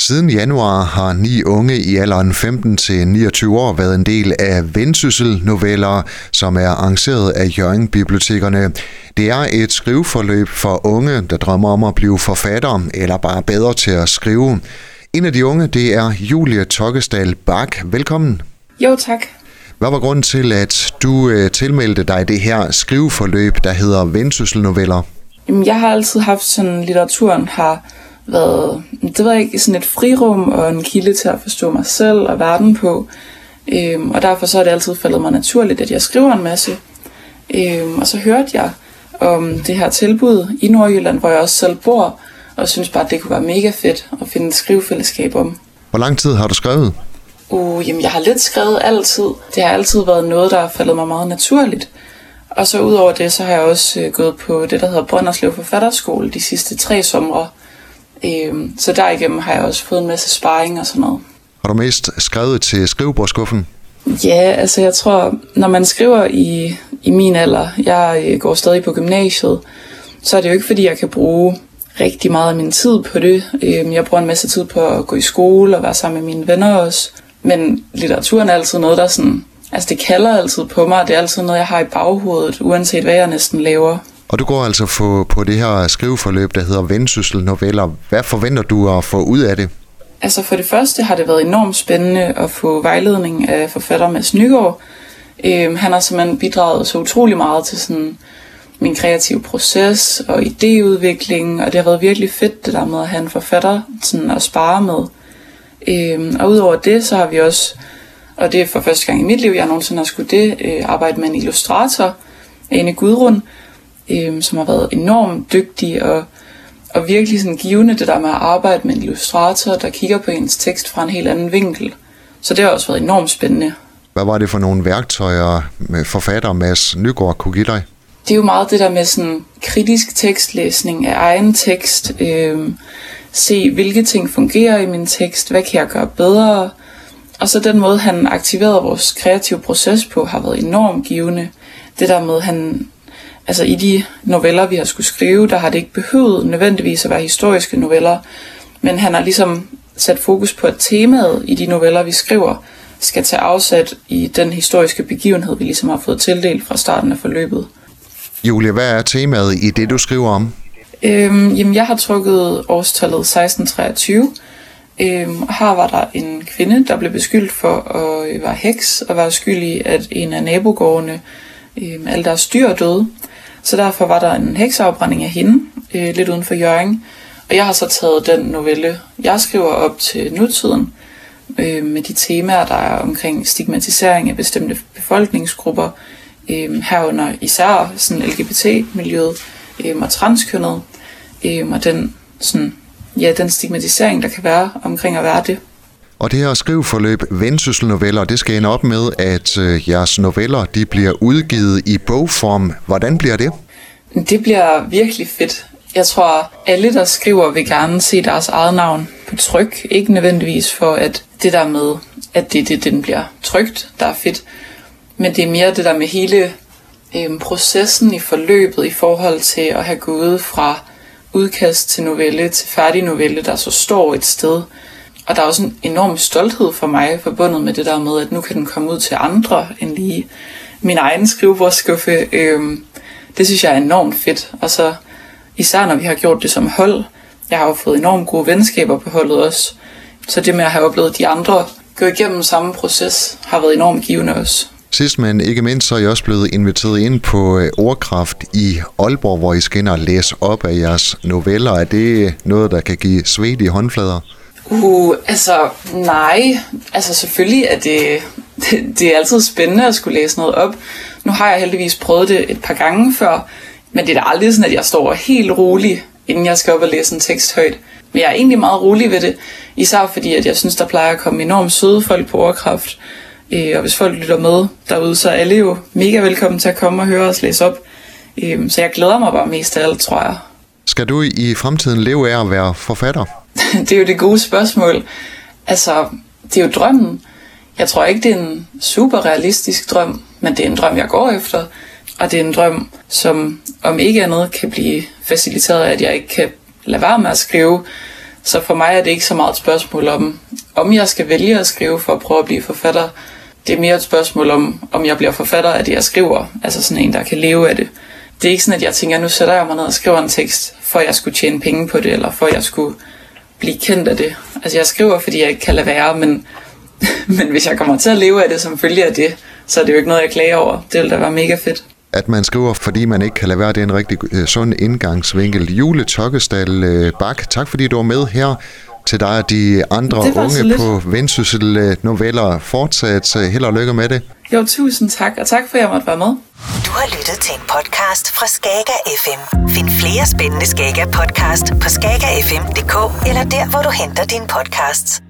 Siden januar har 9 unge i alderen 15 til 29 år været en del af Vendsyssel-noveller, som er arrangeret af Hjørring Bibliotekerne. Det er et skriveforløb for unge, der drømmer om at blive forfattere eller bare bedre til at skrive. En af de unge, det er Julie Tokkesdal Bak. Velkommen. Jo, tak. Hvad var grunden til, at du tilmeldte dig det her skriveforløb, der hedder Vendsyssel-noveller? Jeg har altid haft sådan, litteraturen har været, det ved jeg ikke, sådan et frirum og en kilde til at forstå mig selv og verden på. Og derfor så har det altid faldet mig naturligt, at jeg skriver en masse. Og så hørte jeg om det her tilbud i Nordjylland, hvor jeg også selv bor, og synes bare, at det kunne være mega fedt at finde et skrivefællesskab om. Hvor lang tid har du skrevet? Jamen, jeg har lidt skrevet altid. Det har altid været noget, der har faldet mig meget naturligt. Og så udover det, så har jeg også gået på det, der hedder Brønderslev Forfatterskole de sidste 3 somre. Så derigennem har jeg også fået en masse sparring og sådan noget. Har du mest skrevet til skrivebordskuffen? Ja, altså jeg tror, når man skriver i min alder, jeg går stadig på gymnasiet, så er det jo ikke fordi, jeg kan bruge rigtig meget af min tid på det. Jeg bruger en masse tid på at gå i skole og være sammen med mine venner også. Men litteraturen er altid noget, der sådan, altså det kalder altid på mig. Det er altid noget, jeg har i baghovedet, uanset hvad jeg næsten laver. Og du går altså på det her skriveforløb, der hedder Vendsyssel-noveller. Hvad forventer du at få ud af det? Altså for det første har det været enormt spændende at få vejledning af forfatter Mads Nygaard. Han har simpelthen bidraget så utrolig meget til sådan min kreative proces og idéudvikling, og det har været virkelig fedt det der med at have en forfatter sådan at spare med. Og udover det, så har vi også, og det er for første gang i mit liv, jeg nogensinde har skulle arbejde med en illustrator, Ane Gudrun, som har været enormt dygtig og virkelig sådan givende det der med at arbejde med en illustrator, der kigger på ens tekst fra en helt anden vinkel. Så det har også været enormt spændende. Hvad var det for nogle værktøjer, med forfatter Mads Nygaard kunne give dig? Det er jo meget det der med sådan kritisk tekstlæsning af egen tekst. Se, hvilke ting fungerer i min tekst, hvad kan jeg gøre bedre. Og så den måde, han aktiverede vores kreative proces på, har været enormt givende. Det der med, altså i de noveller, vi har skulle skrive, der har det ikke behøvet nødvendigvis at være historiske noveller, men han har ligesom sat fokus på, at temaet i de noveller, vi skriver, skal tage afsæt i den historiske begivenhed, vi ligesom har fået tildelt fra starten af forløbet. Julie, hvad er temaet i det, du skriver om? Jamen, jeg har trukket årstallet 1623, og her var der en kvinde, der blev beskyldt for at være heks, og var skyld i, at en af nabogårdene, alle deres dyr døde. Så derfor var der en hekseafbrænding af hende, lidt uden for Hjørring. Og jeg har så taget den novelle, jeg skriver op til nutiden, med de temaer, der er omkring stigmatisering af bestemte befolkningsgrupper, herunder især sådan LGBT-miljøet og transkønnet, og den, sådan, ja, den stigmatisering, der kan være omkring at være det. Og det her skriveforløb Vendsyssel-noveller, det skal ende op med, at jeres noveller de bliver udgivet i bogform. Hvordan bliver det? Det bliver virkelig fedt. Jeg tror, alle, der skriver, vil gerne se deres eget navn på tryk. Ikke nødvendigvis for, at det der med, at den bliver trykt, der er fedt. Men det er mere det der med hele processen i forløbet i forhold til at have gået fra udkast til novelle til færdig novelle, der så står et sted. Og der er også en enorm stolthed for mig forbundet med det der med, at nu kan den komme ud til andre end lige min egen skrivebordsskuffe. Det synes jeg er enormt fedt. Og så især når vi har gjort det som hold. Jeg har jo fået enormt gode venskaber på holdet også. Så det med at have oplevet de andre gå igennem samme proces har været enormt givende også. Sidst, men ikke mindst, så er I også blevet inviteret ind på Ordkraft i Aalborg, hvor I skal ind og læse op af jeres noveller. Er det noget, der kan give svedige håndflader? Altså nej. Altså selvfølgelig er det er altid spændende at skulle læse noget op. Nu har jeg heldigvis prøvet det et par gange før, men det er da aldrig sådan, at jeg står helt rolig, inden jeg skal op og læse en tekst højt. Men jeg er egentlig meget rolig ved det, især fordi, at jeg synes, der plejer at komme enormt søde folk på Ordkraft. Og hvis folk lytter med derude, så er alle jo mega velkommen til at komme og høre os læse op. Så jeg glæder mig bare mest af alt, tror jeg. Skal du i fremtiden leve af at være forfatter? Det er jo det gode spørgsmål. Altså, det er jo drømmen. Jeg tror ikke, det er en super realistisk drøm, men det er en drøm, jeg går efter. Og det er en drøm, som om ikke andet kan blive faciliteret af, at jeg ikke kan lade være med at skrive. Så for mig er det ikke så meget et spørgsmål om jeg skal vælge at skrive for at prøve at blive forfatter. Det er mere et spørgsmål om jeg bliver forfatter af det, jeg skriver. Altså sådan en, der kan leve af det. Det er ikke sådan, at jeg tænker, nu sætter jeg mig ned og skriver en tekst, for at jeg skulle tjene penge på det, eller for at jeg skulle blive kendt af det. Altså jeg skriver, fordi jeg ikke kan lade være, men hvis jeg kommer til at leve af det som følge af det, så er det jo ikke noget, jeg klager over. Det vil da være mega fedt. At man skriver, fordi man ikke kan lade være, det er en rigtig sund indgangsvinkel. Jule Tokkesdal Bak, tak fordi du var med her. Til dig og de andre unge på Vendsyssel Noveller. Fortsat held og lykke med det. Jo, tusind tak, og tak for at jeg måtte være med. Du har lyttet til en podcast fra Skager FM. Find flere spændende Skager podcast på skagerfm.dk eller der, hvor du henter dine podcasts.